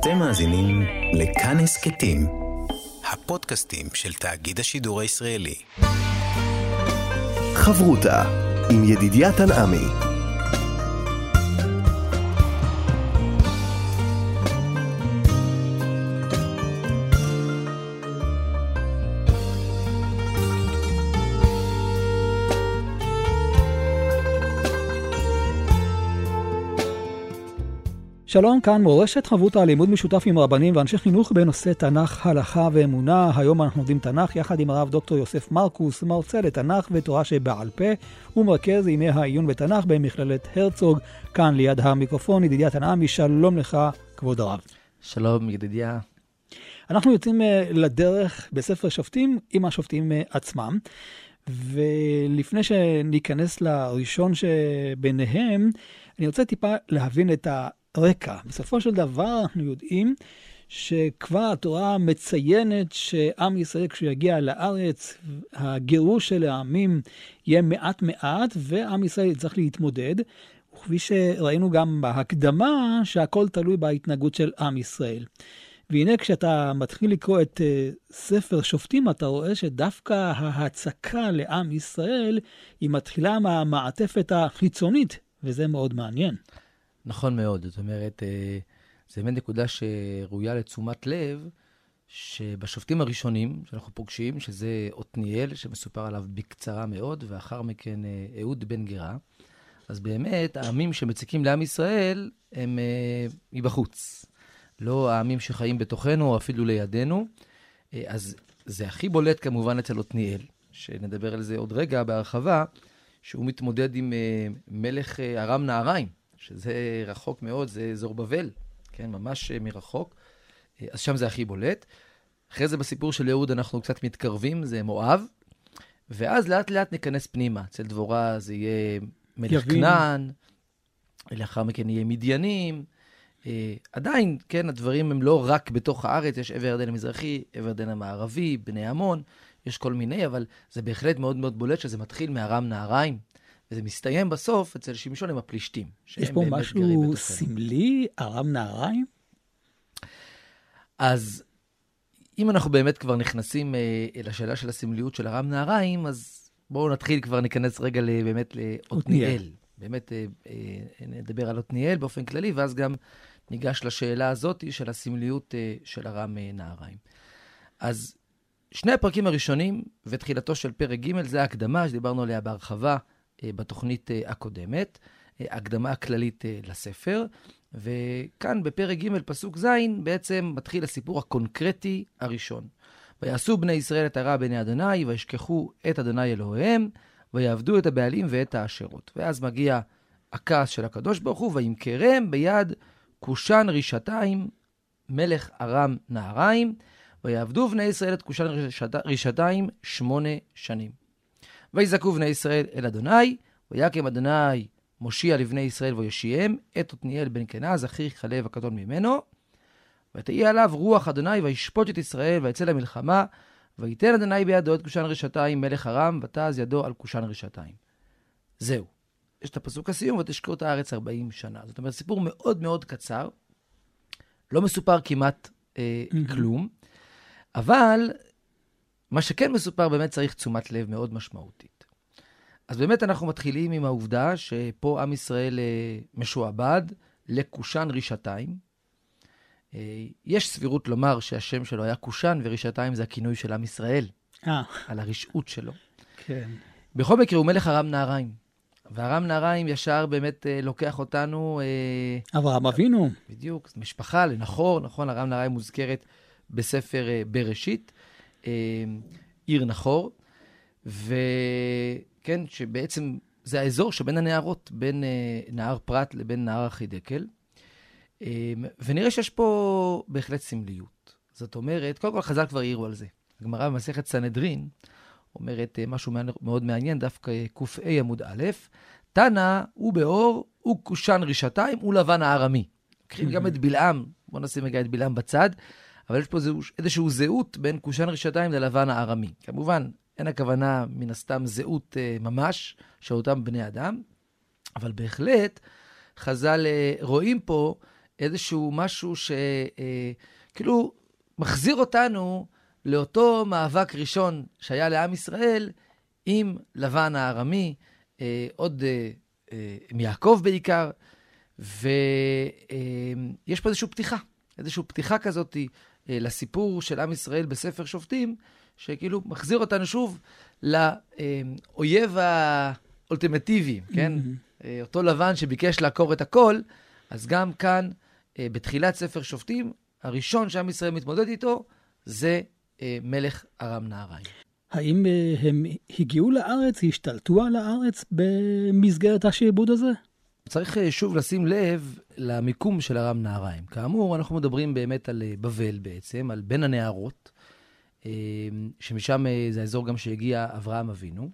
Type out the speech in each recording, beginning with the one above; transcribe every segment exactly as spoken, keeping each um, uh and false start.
אתם מאזינים לכאן הסכתים, הפודקאסטים של תאגיד השידור הישראלי. חברותה עם ידידיה תנעמי. שלום, כאן מורשת חברותה, לימוד משותף עם רבנים ואנשי חינוך בנושא תנ"ך, הלכה ואמונה. היום אנחנו לומדים תנ"ך יחד עם הרב דוקטור יוסף מרקוס, מרצה לתנ"ך ותורה שבעל פה, ומרכז ימי העיון בתנ"ך במכללת הרצוג. כאן ליד המיקרופון, ידידיה תנעמי, שלום לך, כבוד הרב. שלום, ידידיה. אנחנו יוצאים לדרך בספר שופטים עם השופטים עצמם, ולפני שניכנס לראשון שביניהם, אני רוצה טיפה להבין את ה... רקע. בסופו של דבר אנחנו יודעים שכבר התורה מציינת שעם ישראל כשהוא יגיע לארץ, הגירוש של העמים יהיה מעט מעט, ועם ישראל צריך להתמודד. וכפי שראינו גם בהקדמה, שהכל תלוי בהתנהגות של עם ישראל. והנה כשאתה מתחיל לקרוא את ספר שופטים, אתה רואה שדווקא ההצקה לעם ישראל היא מתחילה מהמעטפת החיצונית, וזה מאוד מעניין. נכון מאוד, זאת אומרת, זה באמת נקודה שראויה לתשומת לב, שבשופטים הראשונים שאנחנו פוגשים, שזה עתניאל, שמסופר עליו בקצרה מאוד, ואחר מכן אהוד בן גרה, אז באמת העמים שמציקים לעם ישראל הם מבחוץ. לא העמים שחיים בתוכנו או אפילו לידינו. אז זה הכי בולט כמובן אצל עתניאל, שנדבר על זה עוד רגע בהרחבה, שהוא מתמודד עם מלך ארם נהריים, שזה רחוק מאוד, זה אזור בבל, כן, ממש מרחוק. אז שם זה הכי בולט. אחרי זה בסיפור של יהוד אנחנו קצת מתקרבים, זה מואב, ואז לאט לאט ניכנס פנימה. אצל דבורה זה יהיה מלך כנען, לאחר מכן יהיה מדיינים. עדיין, כן, הדברים הם לא רק בתוך הארץ, יש עבר ירדן המזרחי, עבר ירדן המערבי, בני עמון, יש כל מיני, אבל זה בהחלט מאוד מאוד בולט שזה מתחיל מארם נהריים. וזה מסתיים בסוף אצל שמשון עם הפלישתים. יש פה משהו סמלי, ארם נהריים? אז אם אנחנו באמת כבר נכנסים אל השאלה של הסמליות של ארם נהריים, אז בואו נתחיל כבר ניכנס רגע באמת לעתניאל. באמת נדבר על עתניאל באופן כללי, ואז גם ניגש לשאלה הזאת של הסמליות של ארם נהריים. אז שני הפרקים הראשונים ותחילתו של פרק ג' זה ההקדמה שדיברנו עליה בהרחבה, בתוכנית הקודמת, הקדמה הכללית לספר, וכאן בפרק ג' פסוק ז' בעצם מתחיל הסיפור הקונקרטי הראשון. ויעשו בני ישראל את הרע בעיני אדוני, וישכחו את אדוני אלוהיהם, ויעבדו את הבעלים ואת האשרות. ואז מגיע הכעס של הקדוש ברוך הוא, וימכרם ביד קושן רישתיים, מלך ארם נהריים, ויעבדו בני ישראל את קושן רישתיים שמונה שנים. ויזעקו בני ישראל אל אדוני, ויקם אדוני מושיע לבני ישראל ויושיעם את עתניאל בן כנז, אחי כלב הקטון ממנו, ותהי עליו רוח אדוני וישפוט את ישראל ויצא למלחמה, ויתן אדוני בידו את קושן רישתיים מלך ארם, ותעז ידו על קושן רישתיים. זהו. יש את הפסוק הסיום, ותשקעו את הארץ ארבעים שנה. זאת אומרת, סיפור מאוד מאוד קצר, לא מסופר כמעט אה, כלום, אבל מה שכן מסופר באמת צריך תשומת לב מאוד משמעותית. אז באמת אנחנו מתחילים עם העובדה שפה עם ישראל משועבד לקושן רישתיים. יש סבירות לומר שהשם שלו היה קושן, ורישתיים זה הכינוי של עם ישראל, אה. על הרשעות שלו. כן. בכל מקרה הוא מלך ארם נהריים. וארם נהריים ישר באמת לוקח אותנו... אברהם אבינו. בדיוק, משפחה לנחור, נכון, ארם נהריים מוזכרת בספר בראשית. עיר נחור, וכן, שבעצם זה האזור שבין הנערות, בין נהר פרת לבין נהר החידקל, ונראה שיש פה בהחלט סמליות. זאת אומרת, קודם כל חז"ל כבר העירו על זה. הגמרא במסכת סנהדרין אומרת משהו מאוד מעניין, דווקא ק"א עמוד א', תנא הוא באור, הוא קושן רישתיים, הוא לבן הארמי. קחים גם את בלעם, בואו נשים רגע את בלעם בצד, אבל יש פה איזשהו זהות בין קושן רישתיים ללבן הארמי. כמובן, אין הכוונה מן הסתם זהות אה, ממש של אותם בני אדם, אבל בהחלט חז"ל רואים פה איזשהו משהו שכאילו מחזיר אותנו לאותו מאבק ראשון שהיה לעם ישראל עם לבן הארמי, עוד מיעקב בעיקר, ויש פה איזושהי פתיחה, איזושהי פתיחה כזאת לסיפור של עם ישראל בספר שופטים, שכאילו מחזיר אותנו שוב לאויב האולטימטיבי, כן? אותו לבן שביקש לעקור את הכל, אז גם כאן, בתחילת ספר שופטים, הראשון שעם ישראל מתמודד איתו, זה מלך ארם נהריים. האם הם הגיעו לארץ, השתלטו על הארץ במסגרת השעבוד הזה? צריך שוב לשים לב למיקום של ארם נהריים. כאמור, אנחנו מדברים באמת על בבל בעצם, על בין הנהרות, שמשם זה האזור גם שהגיע אברהם אבינו.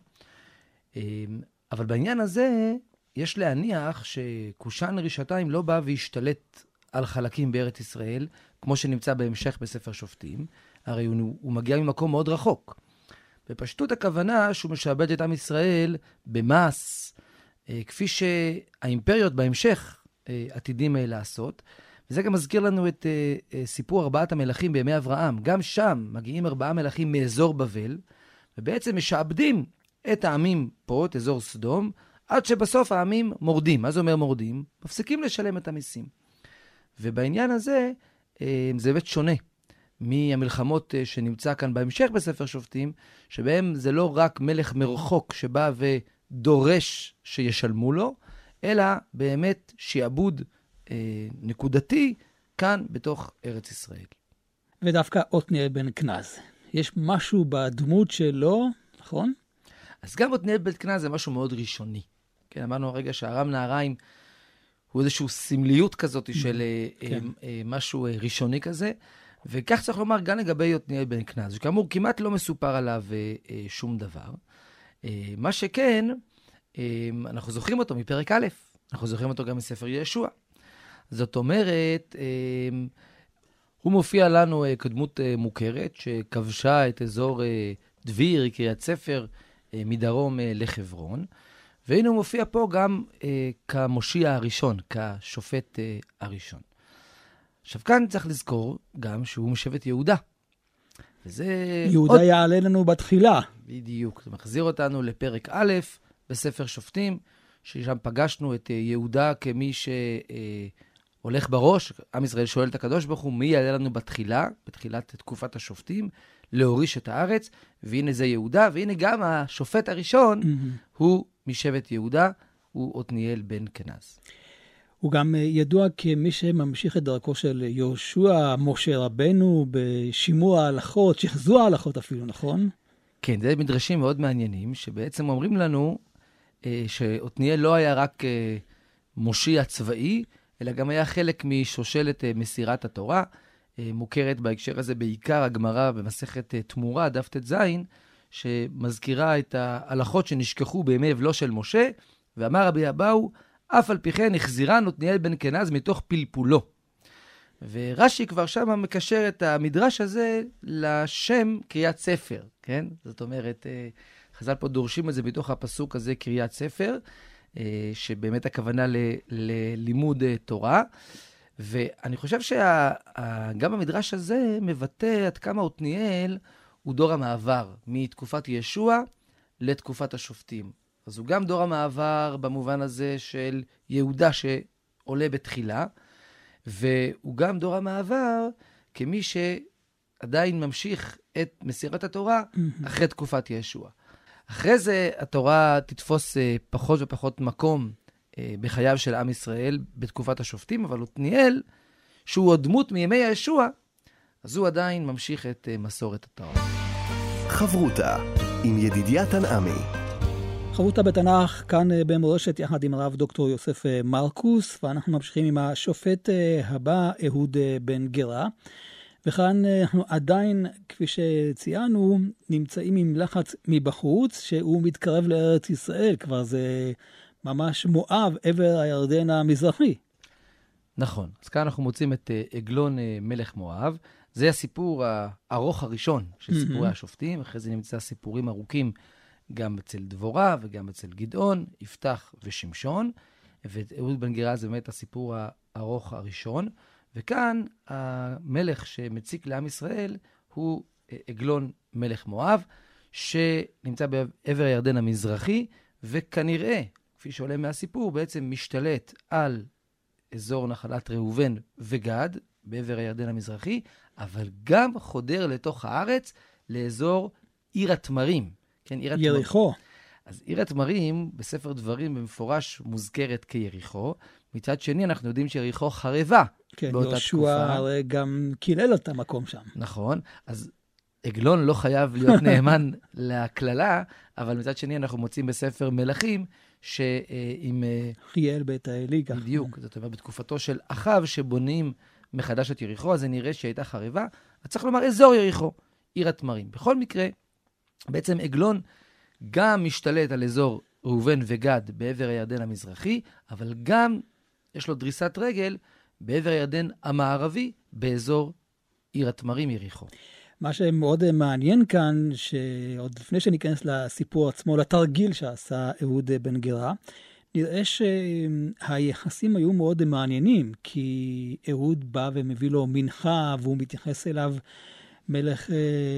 אבל בעניין הזה, יש להניח שקושן רשתיים לא בא והשתלט על חלקים בארץ ישראל, כמו שנמצא בהמשך בספר שופטים, הרי הוא, הוא מגיע ממקום מאוד רחוק. בפשטות הכוונה שהוא משעבד את עם ישראל במס, כפי שהאימפריות בהמשך עתידים לעשות. וזה גם מזכיר לנו את סיפור ארבעת המלכים בימי אברהם. גם שם מגיעים ארבעה מלכים מאזור בבל, ובעצם משעבדים את העמים פה, את אזור סדום, עד שבסוף העמים מורדים. מה זה אומר מורדים? מפסיקים לשלם את המיסים. ובעניין הזה, זה באמת שונה מהמלחמות שנמצא כאן בהמשך בספר שופטים, שבהם זה לא רק מלך מרחוק שבא ודורש שישלמו לו, אלא באמת שיעבוד אה, נקודתי כאן בתוך ארץ ישראל. ודווקא עתניאל בן כנז, יש משהו בדמות שלו, נכון? אז גם עתניאל בן כנז זה משהו מאוד ראשוני. כן, אמרנו הרגע שארם נהריים הוא איזושהי סמליות כזאת של כן. אה, אה, משהו אה, ראשוני כזה, וכך צריך לומר גם לגבי עתניאל בן כנז, שכאמור כמעט לא מסופר עליו אה, אה, שום דבר. אה, מה שכן, אה, אנחנו זוכרים אותו מפרק א', אנחנו זוכרים אותו גם מספר ישוע. זאת אומרת, אה, הוא מופיע לנו אה, כדמות אה, מוכרת, שכבשה את אזור אה, דביר, קריית ספר, אה, מדרום אה, לחברון, והנה הוא מופיע פה גם אה, כמושיע הראשון, כשופט אה, הראשון. עכשיו כאן צריך לזכור גם שהוא משבט יהודה. וזה יהודה עוד... יעלה לנו בתחילה. בדיוק. זה מחזיר אותנו לפרק א' בספר שופטים, ששם פגשנו את יהודה כמי שהולך בראש. עם ישראל שואל את הקדוש ברוך הוא, מי יעלה לנו בתחילה, בתחילת תקופת השופטים, להוריש את הארץ, והנה זה יהודה, והנה גם השופט הראשון mm-hmm. הוא משבט יהודה, הוא עתניאל בן כנז. הוא גם ידוע כמי שממשיך את דרכו של יהושע, משה רבנו, בשימוע ההלכות, שחזוע ההלכות אפילו, נכון? כן, זה מדרשים מאוד מעניינים, שבעצם אומרים לנו אה, שעתניאל לא היה רק אה, מושיע צבאי, אלא גם היה חלק משושלת אה, מסירת התורה, אה, מוכרת בהקשר הזה בעיקר הגמרא במסכת אה, תמורה, דף ט"ז, שמזכירה את ההלכות שנשכחו בימי אבלו של משה, ואמר רבי אבאו, אף על פי כן החזירן עתניאל בן כנז מתוך פלפולו. ורש"י כבר שם מקשר את המדרש הזה לשם קריאת ספר, כן? זאת אומרת, חז"ל פה דורשים את זה בתוך הפסוק הזה קריאת ספר, שבאמת הכוונה ל- ללימוד תורה. ואני חושב שגם המדרש הזה מבטא עד כמה עתניאל הוא דור המעבר מתקופת ישוע לתקופת השופטים. אז הוא גם דור המעבר במובן הזה של יהודה שעולה בתחילה, והוא גם דור המעבר כמי שעדיין ממשיך את מסירת התורה אחרי תקופת ישוע. אחרי זה התורה תתפוס פחות ופחות מקום בחייו של עם ישראל בתקופת השופטים, אבל עתניאל, שהוא הדמות מימי ישוע, אז הוא עדיין ממשיך את מסורת התורה. חברותה עם ידידיה תנעמי. חברותה בתנ"ך, כאן במורשת יחד עם הרב דוקטור יוסף מרקוס, ואנחנו ממשיכים עם השופט הבא, אהוד בן גרה. וכאן אנחנו עדיין, כפי שציינו, נמצאים עם לחץ מבחוץ, שהוא מתקרב לארץ ישראל, כבר זה ממש מואב, עבר הירדן המזרחי. נכון, אז כאן אנחנו מוצאים את עגלון מלך מואב, זה הסיפור הארוך הראשון של סיפורי mm-hmm. השופטים, אחרי זה נמצא סיפורים ארוכים, גם אצל דבורה וגם אצל גדעון, יפתח ושמשון, ואהוד בן גרה זה באמת הסיפור ארוך הראשון, וכאן המלך שמציק לעם ישראל הוא עגלון מלך מואב, שנמצא בעבר הירדן המזרחי, וכנראה, כפי שעולה מהסיפור, בעצם משתלט על אזור נחלת ראובן וגד, בעבר הירדן המזרחי, אבל גם חודר לתוך הארץ, לאזור עיר התמרים. כן, עיר התמרים. יריחו. אז עיר התמרים, בספר דברים במפורש מוזכרת כיריחו, מצד שני אנחנו יודעים שיריחו חרבה כן, באותה יהושע תקופה. הרי גם קילל את המקום שם. נכון, אז עגלון לא חייב להיות נאמן לכללה, אבל מצד שני אנחנו מוצאים בספר מלכים, שעם... חיאל בית האלי. כך. בדיוק, זאת אומרת, בתקופתו של אחאב, שבונים מחדש את יריחו, אז זה נראה שהייתה חרבה, אז צריך לומר אזור יריחו, עיר התמרים. בכל מקרה, בעצם עגלון גם משתלט על אזור ראובן וגד בעבר הירדן המזרחי, אבל גם יש לו דריסת רגל בעבר הירדן המערבי, באזור עיר התמרים יריחו. מה שמאוד מעניין כאן, שעוד לפני שניכנס לסיפור עצמו, לתרגיל שעשה אהוד בן גרה, נראה שהיחסים היו מאוד מעניינים, כי אהוד בא ומביא לו מנחה, והוא מתייחס אליו, מלך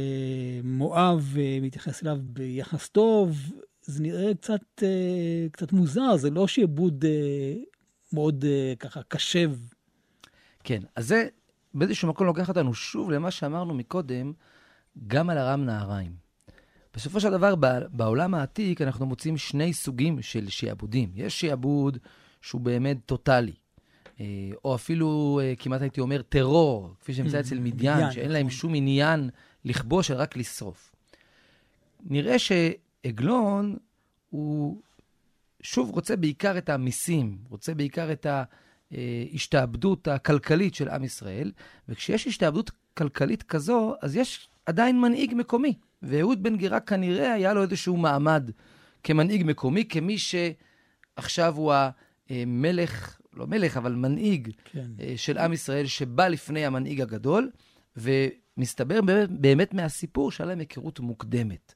מואב מתייחס אליו ביחס טוב. זה נראה קצת, קצת מוזר, זה לא שעבוד מאוד ככה קשב. כן, אז זה באיזשהו מקום לוקח אותנו שוב למה שאמרנו מקודם, גם על ארם נהריים. בסופו של דבר, בעולם העתיק אנחנו מוצאים שני סוגים של שיעבודים. יש שיעבוד שהוא באמת טוטלי, או אפילו כמעט הייתי אומר טרור, כפי שנמצא אצל מדיין, שאין להם שום עניין לכבוש, אלא רק לשרוף. נראה שעגלון הוא שוב רוצה בעיקר את המיסים, רוצה בעיקר את ההשתעבדות הכלכלית של עם ישראל, וכשיש השתעבדות כלכלית כזו, אז יש עדיין מנהיג מקומי, ואהוד בן גרה כנראה היה לו איזשהו מעמד כמנהיג מקומי, כמי שעכשיו הוא המלך, לא מלך, אבל מנהיג כן. של עם ישראל, שבא לפני המנהיג הגדול, ומסתבר באמת, באמת מהסיפור שהיה להם היכרות מוקדמת.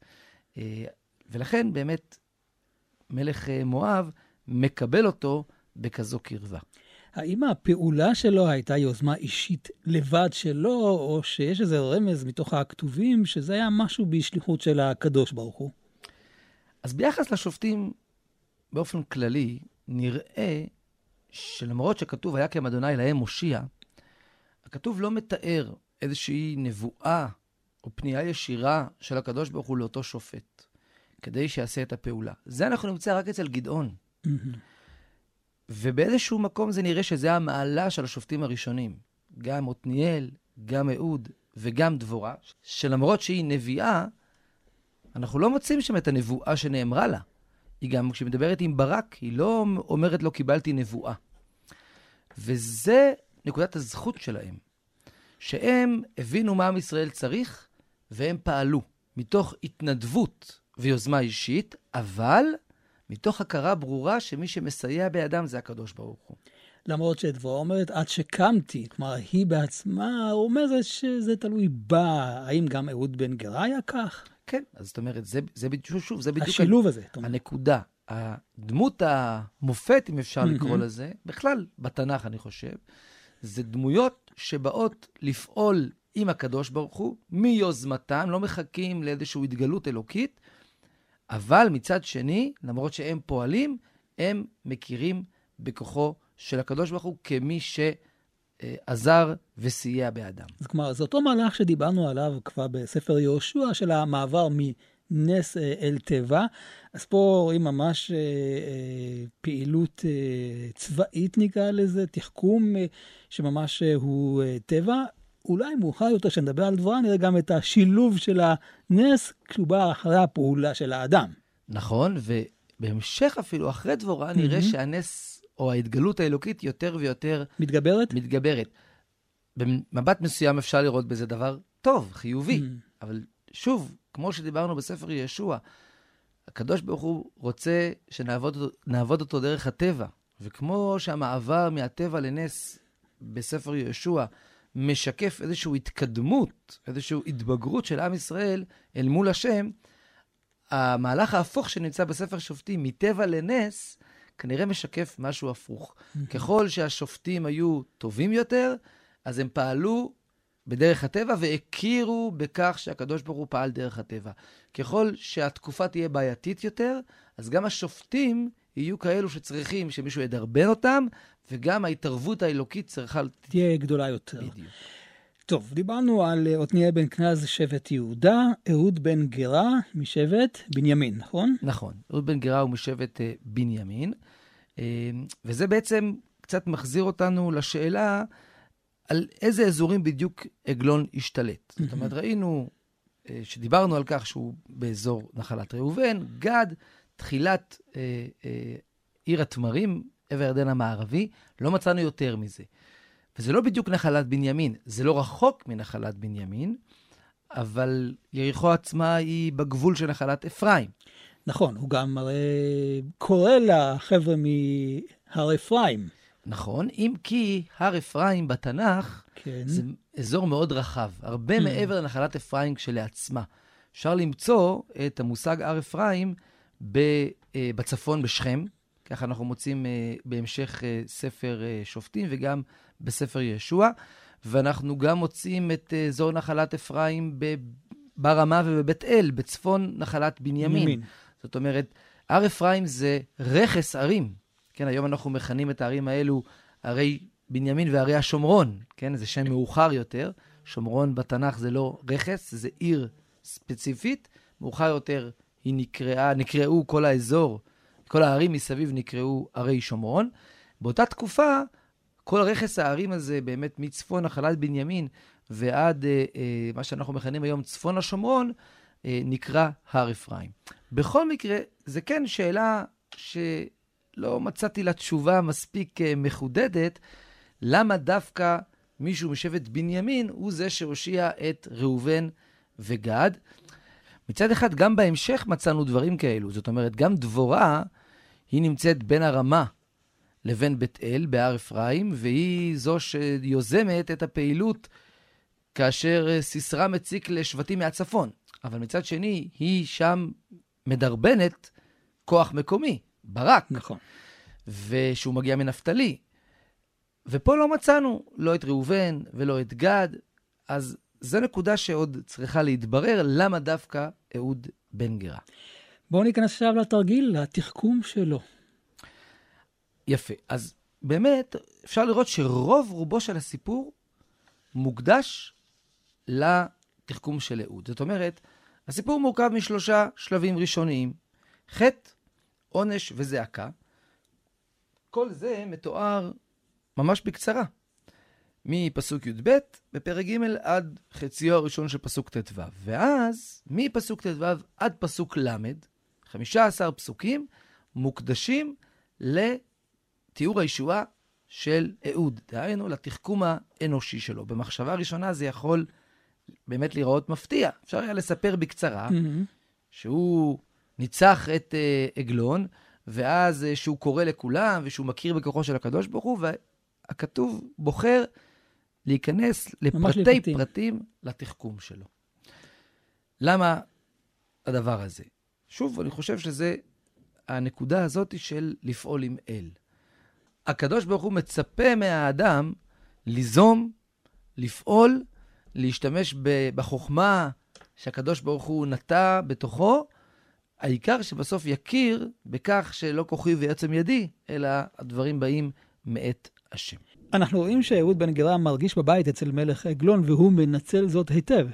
ולכן באמת מלך מואב מקבל אותו בכזו קרבה. האם הפעולה שלו הייתה יוזמה אישית לבד שלו, או שיש איזה רמז מתוך הכתובים, שזה היה משהו בשליחות של הקדוש ברוך הוא? אז ביחס לשופטים, באופן כללי, נראה שלמרות שכתוב היה כי אדוני להם מושיע, הכתוב לא מתאר איזושהי נבואה או פנייה ישירה של הקדוש ברוך הוא לאותו שופט, כדי שיעשה את הפעולה. זה אנחנו נמצא רק אצל גדעון. Mm-hmm. ובאיזשהו מקום זה נראה שזה המעלה של השופטים הראשונים. גם עתניאל, גם אהוד וגם דבורה, שלמרות שהיא נביאה, אנחנו לא מוצאים שם את הנבואה שנאמרה לה. היא גם כשמדברת עם ברק, היא לא אומרת לו קיבלתי נבואה. וזה נקודת הזכות שלהם. שהם הבינו מה עם ישראל צריך, והם פעלו מתוך התנדבות ויוזמה אישית, אבל מתוך הכרה ברורה שמי שמסייע בידם זה הקדוש ברוך הוא. למרות שדבורה אומרת, עד שקמתי, כלומר, היא בעצמה אומרת שזה תלוי בה. האם גם אהוד בן גרה היה כך? כן, אז זאת אומרת, זה, זה בדיוק, שוב, זה בדיוק השילוב הזה. הנקודה. הדמות המופת, אם אפשר לקרוא לזה, בכלל בתנ"ך אני חושב, זה דמויות שבאות לפעול עם הקדוש ברוך הוא, מיוזמתם, לא מחכים לאיזושהי התגלות אלוקית, אבל מצד שני, למרות שהם פועלים, הם מכירים בכוחו של הקדוש ברוך הוא כמי שעזר וסייע באדם. זאת אומרת, זה אותו מהלך שדיברנו עליו כבר בספר יהושע, של המעבר מנס אל טבע. אז פה רואים ממש פעילות צבאית נקרא לזה, תחכום שממש הוא טבע. אולי מאוחר יותר שנדבר על דבורה, נראה גם את השילוב של הנס, כשהוא בא אחרי הפעולה של האדם. נכון, ובהמשך אפילו אחרי דבורה, נראה שהנס או ההתגלות האלוקית יותר ויותר מתגברת? מתגברת. במבט מסוים אפשר לראות בזה דבר טוב, חיובי. אבל שוב, כמו שדיברנו בספר ישוע, הקדוש ברוך הוא רוצה שנעבוד אותו, נעבוד אותו דרך הטבע. וכמו שהמעבר מהטבע לנס בספר ישוע, משקף איזושהי התקדמות, איזושהי התבגרות של עם ישראל אל מול השם, המהלך ההפוך שנמצא בספר שופטים, מטבע לנס, כנראה משקף משהו הפוך. ככל שהשופטים היו טובים יותר, אז הם פעלו בדרך הטבע והכירו בכך שהקדוש ברוך הוא פעל דרך הטבע. ככל שהתקופה תהיה בעייתית יותר, אז גם השופטים יהיו כאלו שצריכים שמישהו ידרבן אותם, וגם ההתערבות האלוקית צריכה תהיה גדולה יותר. בדיוק. טוב, דיברנו על עתניאל בן כנז שבט יהודה, אהוד בן גרה משבט בנימין, נכון? נכון, אהוד בן גרה הוא משבט בנימין, וזה בעצם קצת מחזיר אותנו לשאלה על איזה אזורים בדיוק עגלון השתלט. זאת אומרת, ראינו שדיברנו על כך שהוא באזור נחלת ראובן, גד, תחילת אה, אה, עיר התמרים, עבר הירדן המערבי, לא מצאנו יותר מזה. וזה לא בדיוק נחלת בנימין, זה לא רחוק מנחלת בנימין, אבל יריחו עצמה היא בגבול של נחלת אפרים. נכון, הוא גם הרי קורא לחבר'ה מהר אפרים. נכון, אם כי הר אפרים בתנ"ך, כן. זה אזור מאוד רחב, הרבה מעבר לנחלת אפרים כשלעצמה. אפשר למצוא את המושג הר אפרים בצפון בשכם, ככה אנחנו מוצאים בהמשך ספר שופטים וגם בספר ישוע, ואנחנו גם מוצאים את אזור נחלת אפרים ברמה ובבית אל, בצפון נחלת בנימין. בנימין. זאת אומרת, הר אפרים זה רכס ערים. כן, היום אנחנו מכנים את הערים האלו ערי בנימין וערי השומרון. כן, זה שם מאוחר יותר. שומרון בתנ"ך זה לא רכס, זה עיר ספציפית. מאוחר יותר היא נקראה, נקראו כל האזור, כל הערים מסביב נקראו ערי שומרון. באותה תקופה, כל רכס הערים הזה באמת מצפון נחלת בנימין ועד אה, אה, מה שאנחנו מכנים היום צפון השומרון, אה, נקרא הר אפרים. בכל מקרה, זה כן שאלה שלא מצאתי לה תשובה מספיק אה, מחודדת, למה דווקא מישהו משבט בנימין הוא זה שהושיע את ראובן וגד. מצד אחד, גם בהמשך מצאנו דברים כאלו. זאת אומרת, גם דבורה, היא נמצאת בין הרמה לבין בית אל, בהר אפרים, והיא זו שיוזמת את הפעילות כאשר סיסרא מציק לשבטים מהצפון. אבל מצד שני, היא שם מדרבנת כוח מקומי, ברק. נכון. ושהוא מגיע מנפתלי. ופה לא מצאנו לא את ראובן ולא את גד, אז זו נקודה שעוד צריכה להתברר, למה דווקא אהוד בן גרה. בואו ניכנס עכשיו לתרגיל, לתחכום שלו. יפה. אז באמת אפשר לראות שרוב רובו של הסיפור מוקדש לתחכום של אהוד. זאת אומרת, הסיפור מורכב משלושה שלבים ראשוניים. חטא, עונש וזעקה. כל זה מתואר ממש בקצרה. מפסוק י' ב' בפרק ג' עד חציו הראשון של פסוק ט' ו'. ואז מפסוק ט' ו' עד פסוק ל', חמישה עשר פסוקים מוקדשים לתיאור הישועה של אהוד. דהיינו לתחכום האנושי שלו. במחשבה ראשונה זה יכול באמת לראות מפתיע. אפשר היה לספר בקצרה mm-hmm. שהוא ניצח את uh, עגלון, ואז uh, שהוא קורא לכולם, ושהוא מכיר בכוחו של הקדוש ברוך הוא, והכתוב בוחר להיכנס לפרטי לפרטים. פרטים לתחכום שלו. למה הדבר הזה? שוב, אני חושב שזה הנקודה הזאת של לפעול עם אל. הקדוש ברוך הוא מצפה מהאדם ליזום, לפעול, להשתמש בחוכמה שהקדוש ברוך הוא נטע בתוכו, העיקר שבסוף יכיר בכך שלא כוחי ויעצם ידי, אלא הדברים באים מאת השם. אנחנו רואים שאהוד בן גרה מרגיש בבית אצל מלך עגלון, והוא מנצל זאת היטב.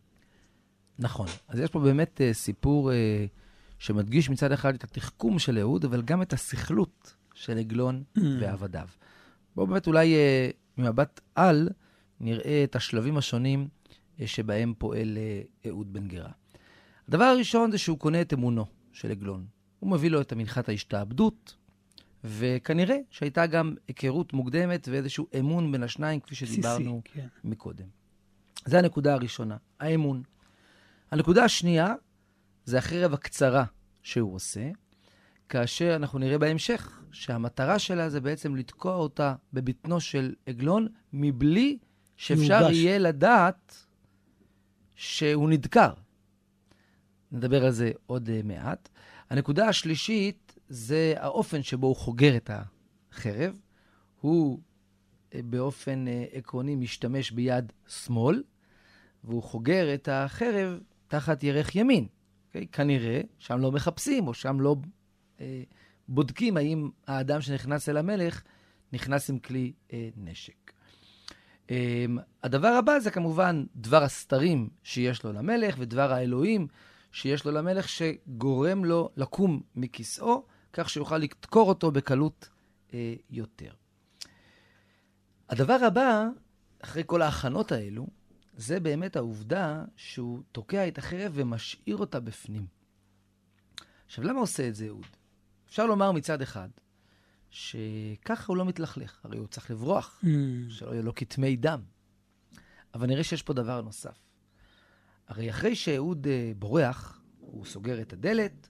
נכון. אז יש פה באמת uh, סיפור uh, שמדגיש מצד אחד את התחכום של אהוד, אבל גם את הסכלות של עגלון mm. ועבדיו. בואו באמת אולי uh, ממבט על נראה את השלבים השונים uh, שבהם פועל uh, אהוד בן גרה. הדבר הראשון זה שהוא קונה את אמונו של עגלון. הוא מביא לו את מנחת ההשתעבדות, וכנראה שהייתה גם היכרות מוקדמת ואיזשהו אמון בין השניים, כפי שדיברנו סיסי, כן. מקודם. זו הנקודה הראשונה, האמון. הנקודה השנייה זה החרב הקצרה שהוא עושה, כאשר אנחנו נראה בהמשך שהמטרה שלה זה בעצם לתקוע אותה בבטנו של עגלון, מבלי שאפשר יוגש. יהיה לדעת שהוא נדקר. נדבר על זה עוד מעט. הנקודה השלישית זה האופן שבו הוא חוגר את החרב. הוא באופן עקרוני משתמש ביד שמאל, והוא חוגר את החרב תחת ירך ימין. Okay? כנראה שם לא מחפשים, או שם לא אה, בודקים האם האדם שנכנס אל המלך נכנס עם כלי אה, נשק. אה, הדבר הבא זה כמובן דבר הסתרים שיש לו למלך, ודבר האלוהים שיש לו למלך, שגורם לו לקום מכיסאו, כך שיוכל לתקור אותו בקלות אה, יותר. הדבר הבא, אחרי כל ההכנות האלו, זה באמת העובדה שהוא תוקע את החרב ומשאיר אותה בפנים. עכשיו, למה עושה את זה אהוד? אפשר לומר מצד אחד, שככה הוא לא מתלכלך, הרי הוא צריך לברוח, mm. שלא יהיה לו כתמי דם. אבל נראה שיש פה דבר נוסף. הרי אחרי שאהוד בורח, הוא סוגר את הדלת,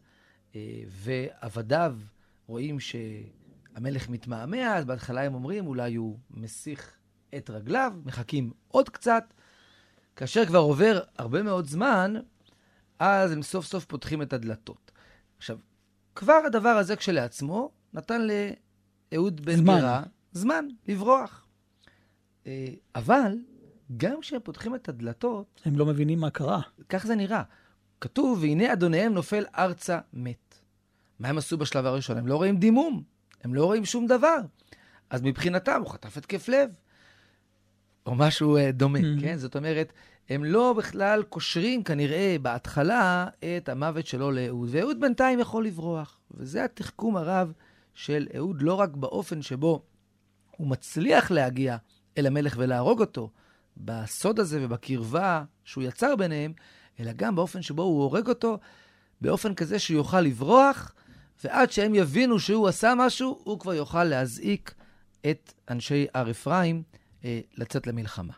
ועבדיו רואים שהמלך מתמהמה, אז בהתחלה הם אומרים, אולי הוא מסיך את רגליו, מחכים עוד קצת, כאשר כבר עובר הרבה מאוד זמן, אז הם סוף סוף פותחים את הדלתות. עכשיו, כבר הדבר הזה כשלעצמו נתן לאהוד בן גרה זמן לברוח. אבל גם כשהם פותחים את הדלתות, הם לא מבינים מה קרה. כך זה נראה. כתוב, והנה אדוניהם נופל ארצה מת. מה הם עשו בשלב הראשון? הם לא רואים דימום, הם לא רואים שום דבר. אז מבחינתם הוא חטף התקף לב. או משהו דומה, mm-hmm. כן? זאת אומרת, הם לא בכלל קושרים כנראה בהתחלה את המוות שלו לאהוד. ואהוד בינתיים יכול לברוח. וזה התחכום הרב של אהוד, לא רק באופן שבו הוא מצליח להגיע אל המלך ולהרוג אותו, בסוד הזה ובקרבה שהוא יצר ביניהם, אלא גם באופן שבו הוא הורג אותו, באופן כזה שהוא יוכל לברוח, ועד שהם יבינו שהוא עשה משהו, הוא כבר יוכל להזעיק את אנשי הר אפרים, לצאת למלחמה.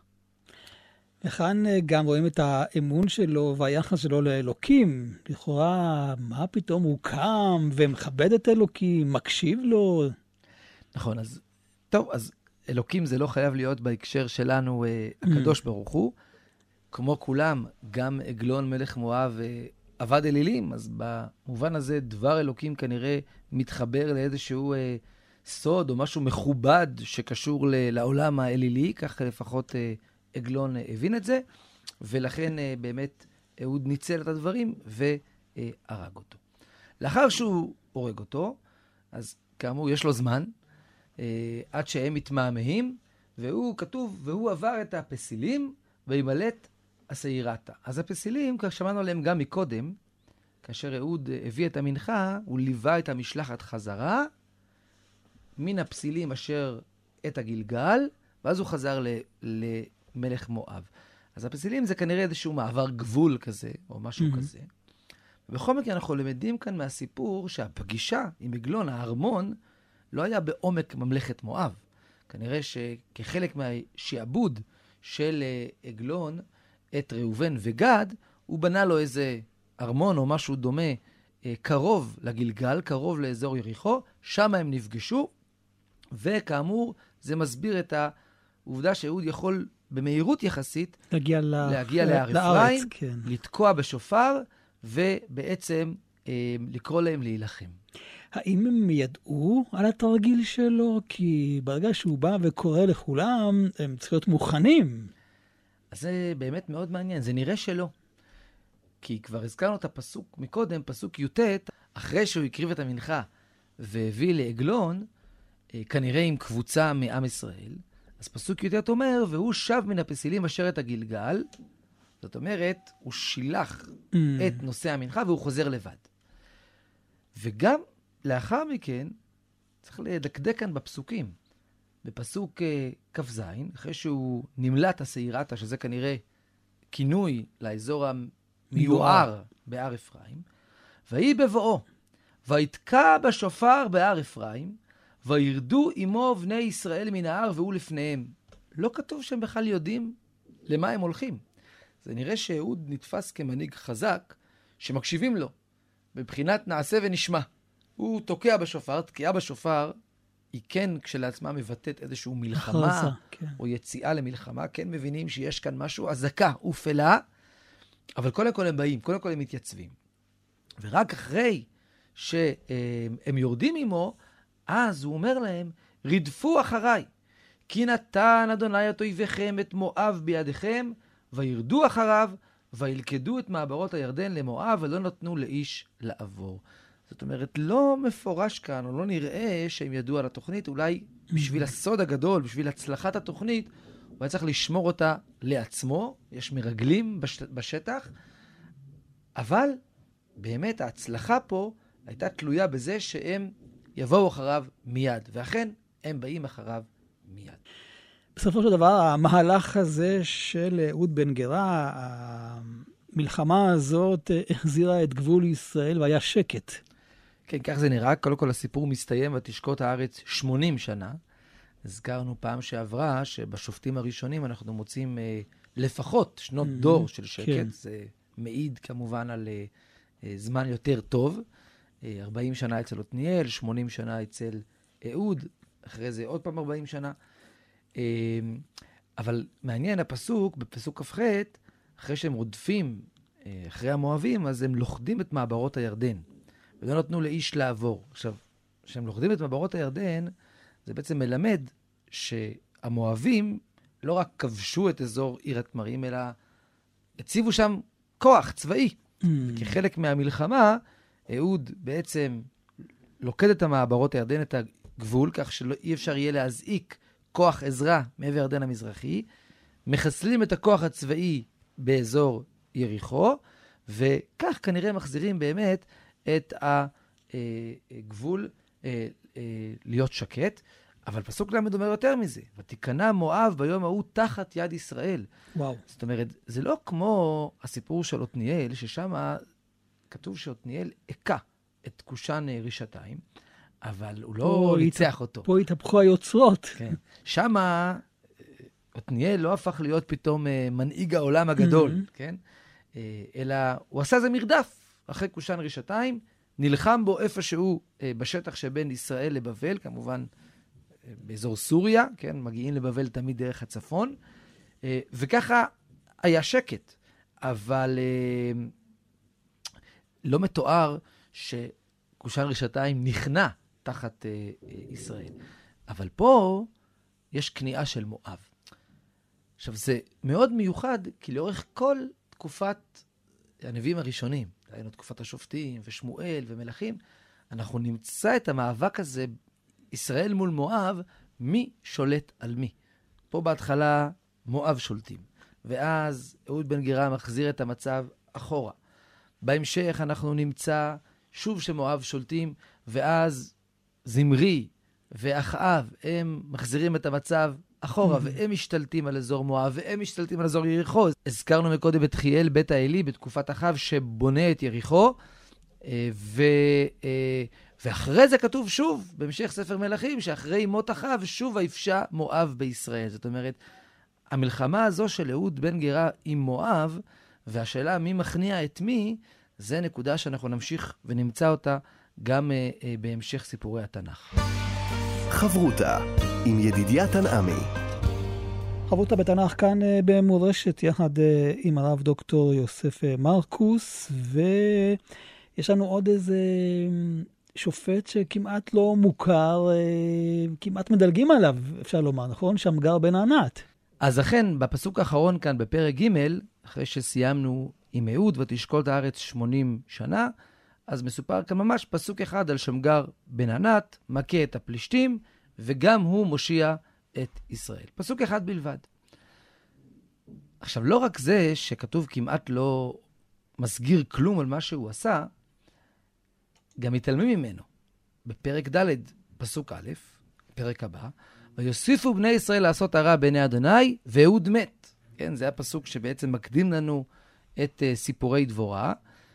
וכאן גם רואים את האמון שלו והיחס שלו לאלוקים. לכאורה, מה פתאום הוא קם ומכבד את אלוקים, מקשיב לו? נכון, אז טוב, אז אלוקים זה לא חייב להיות בהקשר שלנו הקדוש ברוך הוא. כמו כולם, גם עגלון מלך מואב עבד אלילים, אז במובן הזה דבר אלוקים כנראה מתחבר לאיזשהו סוד או משהו מכובד שקשור לעולם האלילי, כך לפחות עגלון הבין את זה, ולכן באמת אהוד ניצל את הדברים והרג אותו. לאחר שהוא הורג אותו, אז כאמור יש לו זמן, עד שהם מתמהמהים, והוא כתוב, והוא עבר את הפסילים וימלט הסעירתה. אז הפסילים, כך שמענו עליהם גם מקודם, כאשר אהוד הביא את המנחה, הוא ליווה את המשלחת חזרה, מן הפסילים אשר את הגלגל, ואז הוא חזר ל- למלך מואב. אז הפסילים זה כנראה איזשהו מעבר גבול כזה, או משהו mm-hmm. כזה. ובכל מקרה אנחנו למדים כאן מהסיפור שהפגישה עם עגלון, הארמון, לא היה בעומק ממלכת מואב. כנראה שכחלק מהשעבוד של עגלון את ראובן וגד, הוא בנה לו איזה ארמון או משהו דומה קרוב לגלגל, קרוב לאזור יריחו, שם הם נפגשו, וכאמור זה מסביר את העובדה שאהוד יכול במהירות יחסית להגיע, להגיע להר אפרים, כן. לתקוע בשופר, ובעצם אה, לקרוא להם להילחם. האם הם ידעו על התרגיל שלו? כי ברגע שהוא בא וקורא לכולם, הם צריכים להיות מוכנים. אז זה באמת מאוד מעניין, זה נראה שלא. כי כבר הזכרנו את הפסוק מקודם, פסוק י"ט, אחרי שהוא הקריב את המנחה והביא לעגלון, כנראה עם קבוצה מעם ישראל, אז פסוק י"ט אומר, והוא שב מן הפסילים אשר את הגלגל, זאת אומרת, הוא שילח mm. את נושא המנחה והוא חוזר לבד. וגם לאחר מכן, צריך לדקדק כאן בפסוקים. בפסוק כ"ז, אחרי שהוא נמלט הסעירתה, שזה כנראה כינוי לאזור המיוער בהר אפרים, ויהי בבואו, ויתקע בשופר בהר אפרים, וירדו עמו בני ישראל מן ההר והוא לפניהם. לא כתוב שהם בכלל יודעים למה הם הולכים. זה נראה שאהוד נתפס כמנהיג חזק, שמקשיבים לו, בבחינת נעשה ונשמע. הוא תוקע בשופר, תקיעה בשופר, היא כן כשלעצמה מבטאת איזשהו מלחמה, חרסה, כן. או יציאה למלחמה, כן מבינים שיש כאן משהו, הזקה ופלה, אבל קודם כל הם באים, קודם כל הם מתייצבים. ורק אחרי שהם יורדים עמו, אז הוא אומר להם, רדפו אחריי, כי נתן אדוני את אויביכם את מואב בידיכם, וירדו אחריו, וילכדו את מעברות הירדן למואב, ולא נתנו לאיש לעבור. זאת אומרת, לא מפורש כאן, או לא נראה שהם ידעו על התוכנית, אולי בשביל הסוד הגדול, בשביל הצלחת התוכנית, הוא היה צריך לשמור אותה לעצמו, יש מרגלים בש... בשטח, אבל באמת ההצלחה פה הייתה תלויה בזה שהם יבואו אחריו מיד, ואכן הם באים אחריו מיד. בסופו של דבר, המהלך הזה של אהוד בן גרה, המלחמה הזאת החזירה את גבול ישראל והיה שקט. כן, כך זה נראה. קודם כל הסיפור מסתיים ותשקוט הארץ שמונים שנה. הזכרנו פעם שעברה שבשופטים הראשונים אנחנו מוצאים אה, לפחות שנות mm-hmm. דור של שקט. כן. זה מעיד כמובן על אה, אה, זמן יותר טוב. אה, ארבעים שנה אצל עתניאל, שמונים שנה אצל אהוד, אחרי זה עוד פעם ארבעים שנה. אה, אבל מעניין הפסוק, בפסוק כ"ח, אחרי שהם רודפים אה, אחרי המואבים, אז הם לוכדים את מעברות הירדן. ולא נתנו לאיש לעבור. עכשיו, כשהם לוכדים את מעברות הירדן, זה בעצם מלמד שהמואבים לא רק כבשו את אזור עיר התמרים, אלא הציבו שם כוח צבאי. Mm. וכחלק מהמלחמה, אהוד בעצם לוקד את המעברות הירדן, את הגבול, כך שאי אפשר יהיה להזעיק כוח עזרה מעבר הירדן המזרחי, מחסלים את הכוח הצבאי באזור יריחו, וכך כנראה מחזירים באמת את הגבול להיות שקט. אבל פסוק למד אומר יותר מזה. ותיכנע מואב ביום ההוא תחת יד ישראל. וואו. זאת אומרת, זה לא כמו הסיפור של עתניאל, ששם כתוב שעתניאל הכה את כושן רשתיים, אבל הוא לא ניצח אותו. פה התהפכו היוצרות. כן. שם עתניאל לא הפך להיות פתאום מנהיג העולם הגדול, כן? אלא הוא עשה זה מרדף אחרי כושן רשתיים, נלחם בו איפשהו בשטח שבין ישראל לבבל, כמובן באזור סוריה, כן? מגיעים לבבל תמיד דרך הצפון, וככה היה שקט. אבל לא מתואר שכושן רשתיים נכנע תחת ישראל. אבל פה יש כניעה של מואב. עכשיו, זה מאוד מיוחד, כי לאורך כל תקופת הנביאים הראשונים, היינו תקופת השופטים ושמואל ומלכים, אנחנו נמצא את המאבק הזה, ישראל מול מואב, מי שולט על מי. פה בהתחלה מואב שולטים, ואז אהוד בן גרה מחזיר את המצב אחורה. בהמשך אנחנו נמצא שוב שמואב שולטים, ואז זמרי ואחאב הם מחזירים את המצב אחורה, והם משתלטים על אזור מואב, והם משתלטים על אזור יריחו. הזכרנו מקודם את חיאל בית האלי בתקופת אחאב שבונה את יריחו, ו... ואחרי זה כתוב שוב, בהמשך ספר מלכים, שאחרי מות אחאב שוב היפשה מואב בישראל. זאת אומרת, המלחמה הזו של אהוד בן גרה עם מואב, והשאלה מי מכניע את מי, זה נקודה שאנחנו נמשיך ונמצא אותה גם uh, uh, בהמשך סיפורי התנ"ך. חברותה עם ידידיה תנעמי. חברותה בתנ"ך כאן uh, במורשת יחד uh, עם הרב דוקטור יוסף uh, מרקוס, ויש לנו עוד איזה שופט שכמעט לא מוכר, uh, כמעט מדלגים עליו, אפשר לומר, נכון? שמגר בן ענת. אז אכן, בפסוק האחרון כאן בפרק ג', אחרי שסיימנו עם אהוד ותשקול את הארץ שמונים שנה, אז מסופר כאן ממש פסוק אחד על שמגר בן ענת, מכה את הפלישתים, וגם הוא מושיע את ישראל. פסוק אחד בלבד. עכשיו, לא רק זה שכתוב כמעט לא מסגיר כלום על מה שהוא עשה, גם מתעלמים ממנו. בפרק ד' פסוק א', פרק הבא, ויוסיפו בני ישראל לעשות הרע בעיני אדוני, ואהוד מת. כן, זה הפסוק שבעצם מקדים לנו את uh, סיפורי דבורה,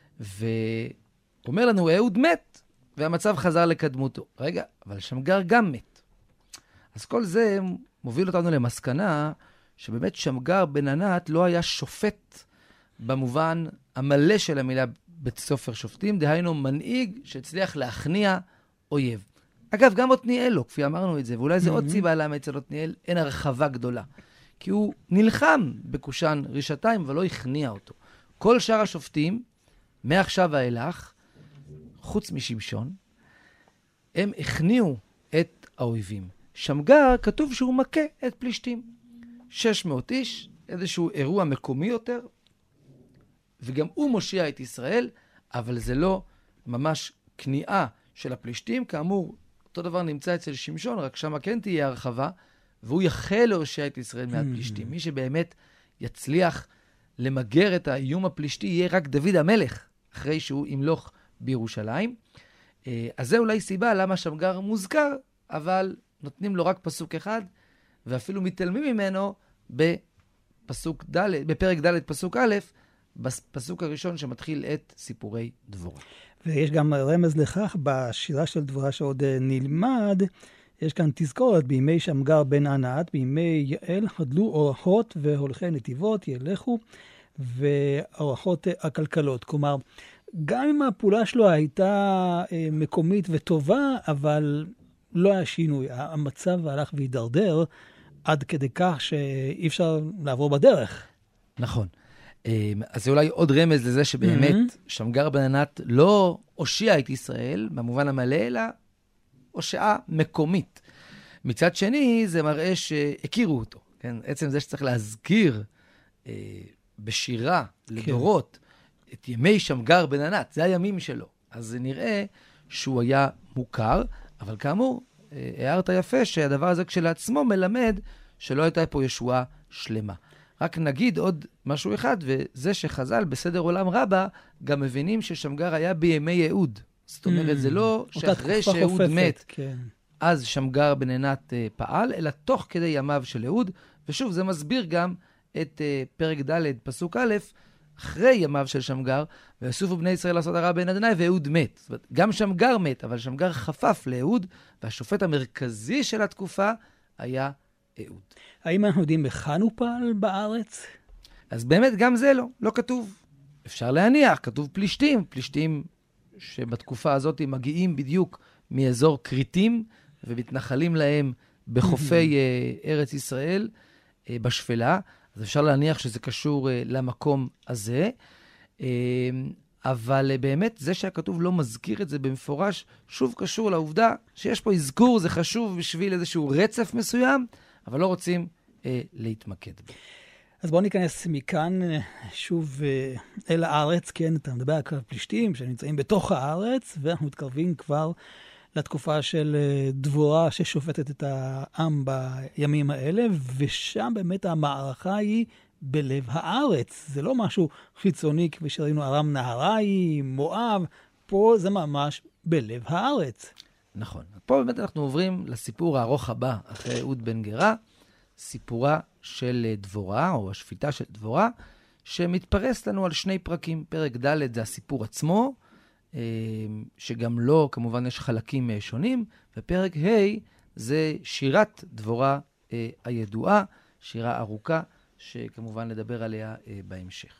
ואומר לנו, אהוד מת, והמצב חזר לקדמותו. רגע, אבל שמגר גם מת. אז כל זה מוביל אותנו למסקנה, שבאמת שמגר בן ענת לא היה שופט במובן המלא של המילה בסופר שופטים, דהיינו מנהיג שהצליח להכניע אויב. אגב, גם עתניאל לא, כפי אמרנו את זה, ואולי זה עוד סיבה למה אצל עתניאל אין הרחבה גדולה. כי הוא נלחם בכושן רשתיים, אבל לא הכניע אותו. כל שאר השופטים, מעכשיו ואילך, חוץ משמשון, הם הכניעו את האויבים. שמגר כתוב שהוא מכה את פלישתים. שש מאות איש, איזשהו אירוע מקומי יותר, וגם הוא מושיע את ישראל, אבל זה לא ממש כניעה של הפלישתים. כאמור, אותו דבר נמצא אצל שמשון, רק שמה כן תהיה הרחבה, והוא יחל להושיע את ישראל מהפלישתים. מי שבאמת יצליח למגר את האיום הפלישתי יהיה רק דוד המלך, אחרי שהוא ימלוך בירושלים. אז זה אולי סיבה למה שמגר מוזכר, אבל נותנים לו רק פסוק אחד, ואפילו מתעלמים ממנו בפסוק ד', בפרק ד' פסוק א', בפסוק הראשון שמתחיל את סיפורי דבורה. ויש גם רמז לכך בשירה של דבורה שעוד נלמד, יש כאן תזכורת, בימי שמגר בן ענת, בימי יעל חדלו אורחות והולכי נתיבות ילכו, ואורחות הכלכלות. כלומר, גם אם הפעולה שלו הייתה מקומית וטובה, אבל לא היה שינוי. המצב הלך והידרדר עד כדי כך שאי אפשר לעבור בדרך. נכון. אז זה אולי עוד רמז לזה שבאמת mm-hmm. שמגר בן ענת לא הושיע את ישראל, במובן המלא, אלא הושעה מקומית. מצד שני, זה מראה שהכירו אותו. כן? עצם זה שצריך להזכיר אה, בשירה לדורות כן. את ימי שמגר בן ענת, זה הימים שלו. אז זה נראה שהוא היה מוכר, אבל כאמור, אה, הערת יפה שהדבר הזה כשלעצמו מלמד שלא הייתה פה ישועה שלמה. רק נגיד עוד משהו אחד, וזה שחז"ל בסדר עולם רבה, גם מבינים ששמגר היה בימי יהוד. זאת אומרת, זה לא שאחרי שאהוד מת, אז שמגר בן ענת פעל, אלא תוך כדי ימיו של אהוד, ושוב, זה מסביר גם את פרק ד' פסוק א', אחרי ימיו של שמגר, ויסופו בני ישראל לעשות הרע בין אדוני, ואהוד מת. זאת אומרת, גם שמגר מת, אבל שמגר חפף לאהוד, והשופט המרכזי של התקופה היה אהוד. האם אנחנו יודעים היכן הוא פעל בארץ? אז באמת גם זה לא, לא כתוב. אפשר להניח, כתוב פלישתים, פלישתים שבתקופה הזאת מגיעים בדיוק מאזור קריטים, ומתנחלים להם בחופי ארץ ישראל, בשפלה. אז אפשר להניח שזה קשור למקום הזה. אבל באמת זה שהכתוב לא מזכיר את זה במפורש, שוב קשור לעובדה שיש פה אזכור, זה חשוב בשביל איזשהו רצף מסוים, אבל לא רוצים אה, להתמקד בו. אז בואו ניכנס מכאן שוב אה, אל הארץ, כן, אתה מדבר על פלישתים שנמצאים בתוך הארץ, ואנחנו מתקרבים כבר לתקופה של אה, דבורה ששופטת את העם בימים האלה, ושם באמת המערכה היא בלב הארץ. זה לא משהו חיצוני כפי שראינו ארם נהריים, מואב, פה זה ממש בלב הארץ. נכון. פה באמת אנחנו עוברים לסיפור הארוך הבא, אחרי אהוד בן גרה, סיפורה של דבורה, או השפיטה של דבורה, שמתפרס לנו על שני פרקים. פרק ד' זה הסיפור עצמו, שגם לו כמובן יש חלקים שונים, ופרק ה' זה שירת דבורה הידועה, שירה ארוכה, שכמובן נדבר עליה בהמשך.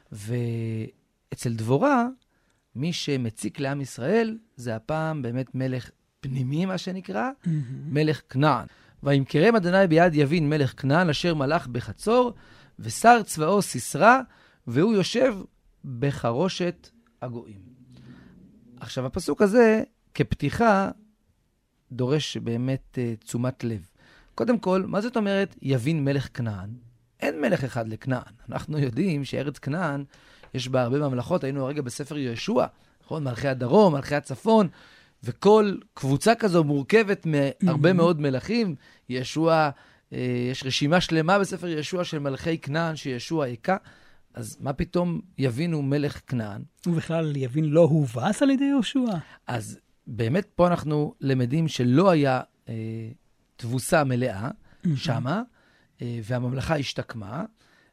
ואצל דבורה, מי שמציק לעם ישראל, זה הפעם באמת מלך פנימי, מה שנקרא, mm-hmm. מלך כנען. וימכרם אדוני ביד יבין מלך כנען, אשר מלך בחצור, ושר צבאו סיסרא, והוא יושב בחרושת הגויים. עכשיו, הפסוק הזה, כפתיחה, דורש באמת uh, תשומת לב. קודם כל, מה זאת אומרת יבין מלך כנען? אין מלך אחד לכנען. אנחנו יודעים שארץ כנען, יש בה הרבה ממלכות, היינו הרגע בספר יהושע, נכון? מלכי הדרום, מלכי הצפון, וכל קבוצה כזו מורכבת מהרבה מאוד מלכים. יהושע, אה, יש רשימה שלמה בספר יהושע של מלכי כנען שיהושע היכה, אז מה פתאום יבינו מלך כנען? ובכלל יבין לא הובס על ידי יהושע? אז באמת פה אנחנו למדים שלא היה אה, תבוסה מלאה שמה, אה, והממלכה השתקמה,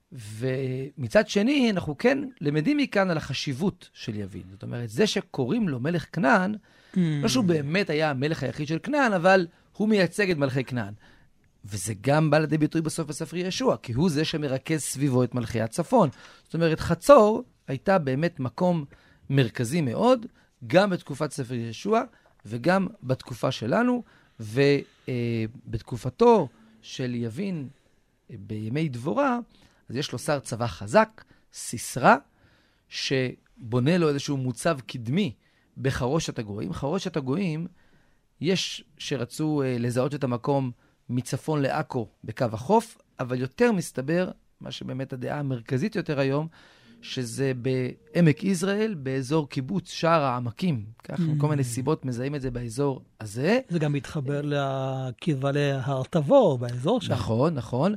ומצד שני, אנחנו כן למדים מכאן על החשיבות של יבין. זאת אומרת, זה שקוראים לו מלך כנען, mm. לא שהוא באמת היה המלך היחיד של כנען, אבל הוא מייצג את מלכי כנען. וזה גם בא לידי ביטוי בסוף בספר יהושע, כי הוא זה שמרכז סביבו את מלכי הצפון. זאת אומרת, חצור הייתה באמת מקום מרכזי מאוד, גם בתקופת ספר יהושע, וגם בתקופה שלנו, ובתקופתו של יבין בימי דבורה, אז יש לו שר צבא חזק, סיסרא, שבונה לו איזשהו מוצב קדמי בחרושת הגויים. חרושת הגויים, יש שרצו uh, לזהות את המקום מצפון לעכו בקו החוף, אבל יותר מסתבר, מה שבאמת הדעה המרכזית יותר היום, שזה בעמק יזרעאל, באזור קיבוץ שער העמקים. כך, מכל מיני סיבות מזהים את זה באזור הזה. זה גם מתחבר לקרבה להר תבור, באזור שם. נכון, נכון.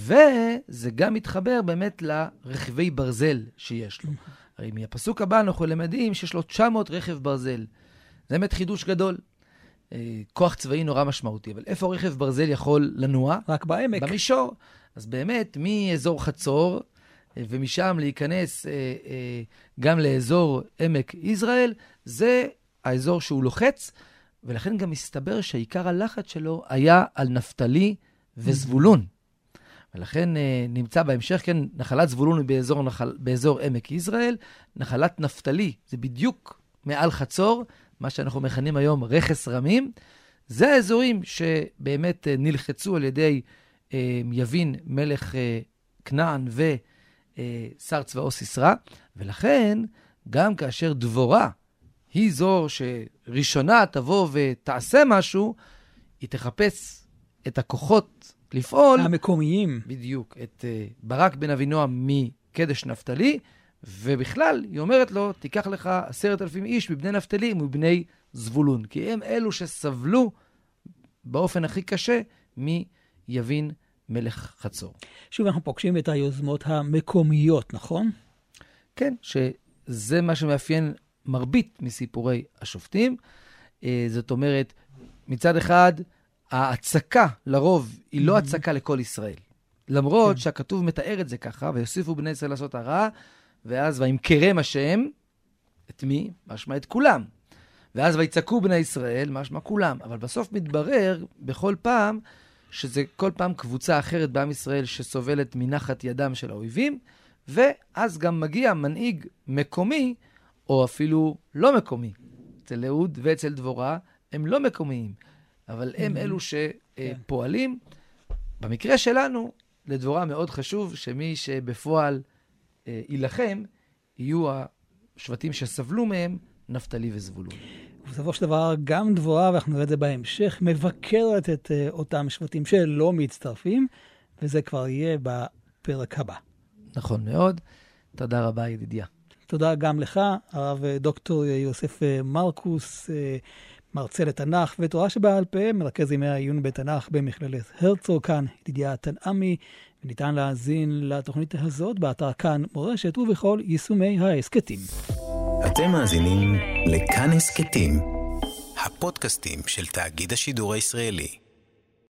וזה גם מתחבר באמת לרכיבי ברזל שיש לו. הרי מהפסוק הבא אנחנו למדים שיש לו תשע מאות רכב ברזל. זה באמת חידוש גדול. כוח צבאי נורא משמעותי. אבל איפה רכב ברזל יכול לנוע? רק בעמק. במישור. אז באמת, מאזור חצור, ומשם להיכנס אה, אה, גם לאזור עמק יזרעאל, זה האזור שהוא לוחץ, ולכן גם מסתבר שעיקר הלחץ שלו היה על נפתלי וזבולון. ולכן אה, נמצא בהמשך, כן, נחלת זבולון באזור, נחל, באזור עמק יזרעאל, נחלת נפתלי, זה בדיוק מעל חצור, מה שאנחנו מכנים היום רכס רמים, זה האזורים שבאמת אה, נלחצו על ידי אה, יבין מלך אה, כנען ו... שר צבאו סיסרא, ולכן גם כאשר דבורה היא זו שראשונה תבוא ותעשה משהו, היא תחפש את הכוחות לפעול. המקומיים. בדיוק, את ברק בן אבינועם מקדש נפתלי, ובכלל היא אומרת לו, תיקח לך עשרת אלפים איש מבני נפתלי ומבני זבולון, כי הם אלו שסבלו באופן הכי קשה מיבין מלך חצור. שוב אנחנו פוגשים את היוזמות המקומיות, נכון? כן, שזה מה שמאפיין מרבית מסיפורי השופטים. זאת אומרת, מצד אחד, ההצקה לרוב היא לא הצקה לכל ישראל. למרות שהכתוב מתאר את זה ככה, ויוסיפו בני ישראל לעשות הרע, ואז וימכרם השם, את מי? משמע את כולם. ואז ויצעקו בני ישראל, משמע כולם. אבל בסוף מתברר בכל פעם, שזה כל פעם קבוצה אחרת בעם ישראל שסובלת מנחת ידם של האויבים, ואז גם מגיע מנהיג מקומי, או אפילו לא מקומי. אצל אהוד ואצל דבורה הם לא מקומיים, אבל הם אלו שפועלים. במקרה שלנו, לדבורה מאוד חשוב שמי שבפועל ילחם, יהיו השבטים שסבלו מהם, נפתלי וזבולון. ובסופו של דבר, גם דבורה, ואנחנו נראה את זה בהמשך, מבקרת את uh, אותם שבטים שלא מצטרפים, וזה כבר יהיה בפרק הבא. נכון מאוד. תודה רבה, ידידיה. תודה גם לך, הרב דוקטור יוסף מרקוס, מרצה לתנ"ך ותורה שבעל פה, מרכז ימי העיון בתנ"ך במכללת הרצוג, כאן ידידיה תנעמי, וניתן להאזין לתוכנית הזאת באתר כאן מורשת ובכל יישומי ההסכתים. אתם מאזינים לכאן הסכתים, הפודקאסטים של תאגיד השידור הישראלי.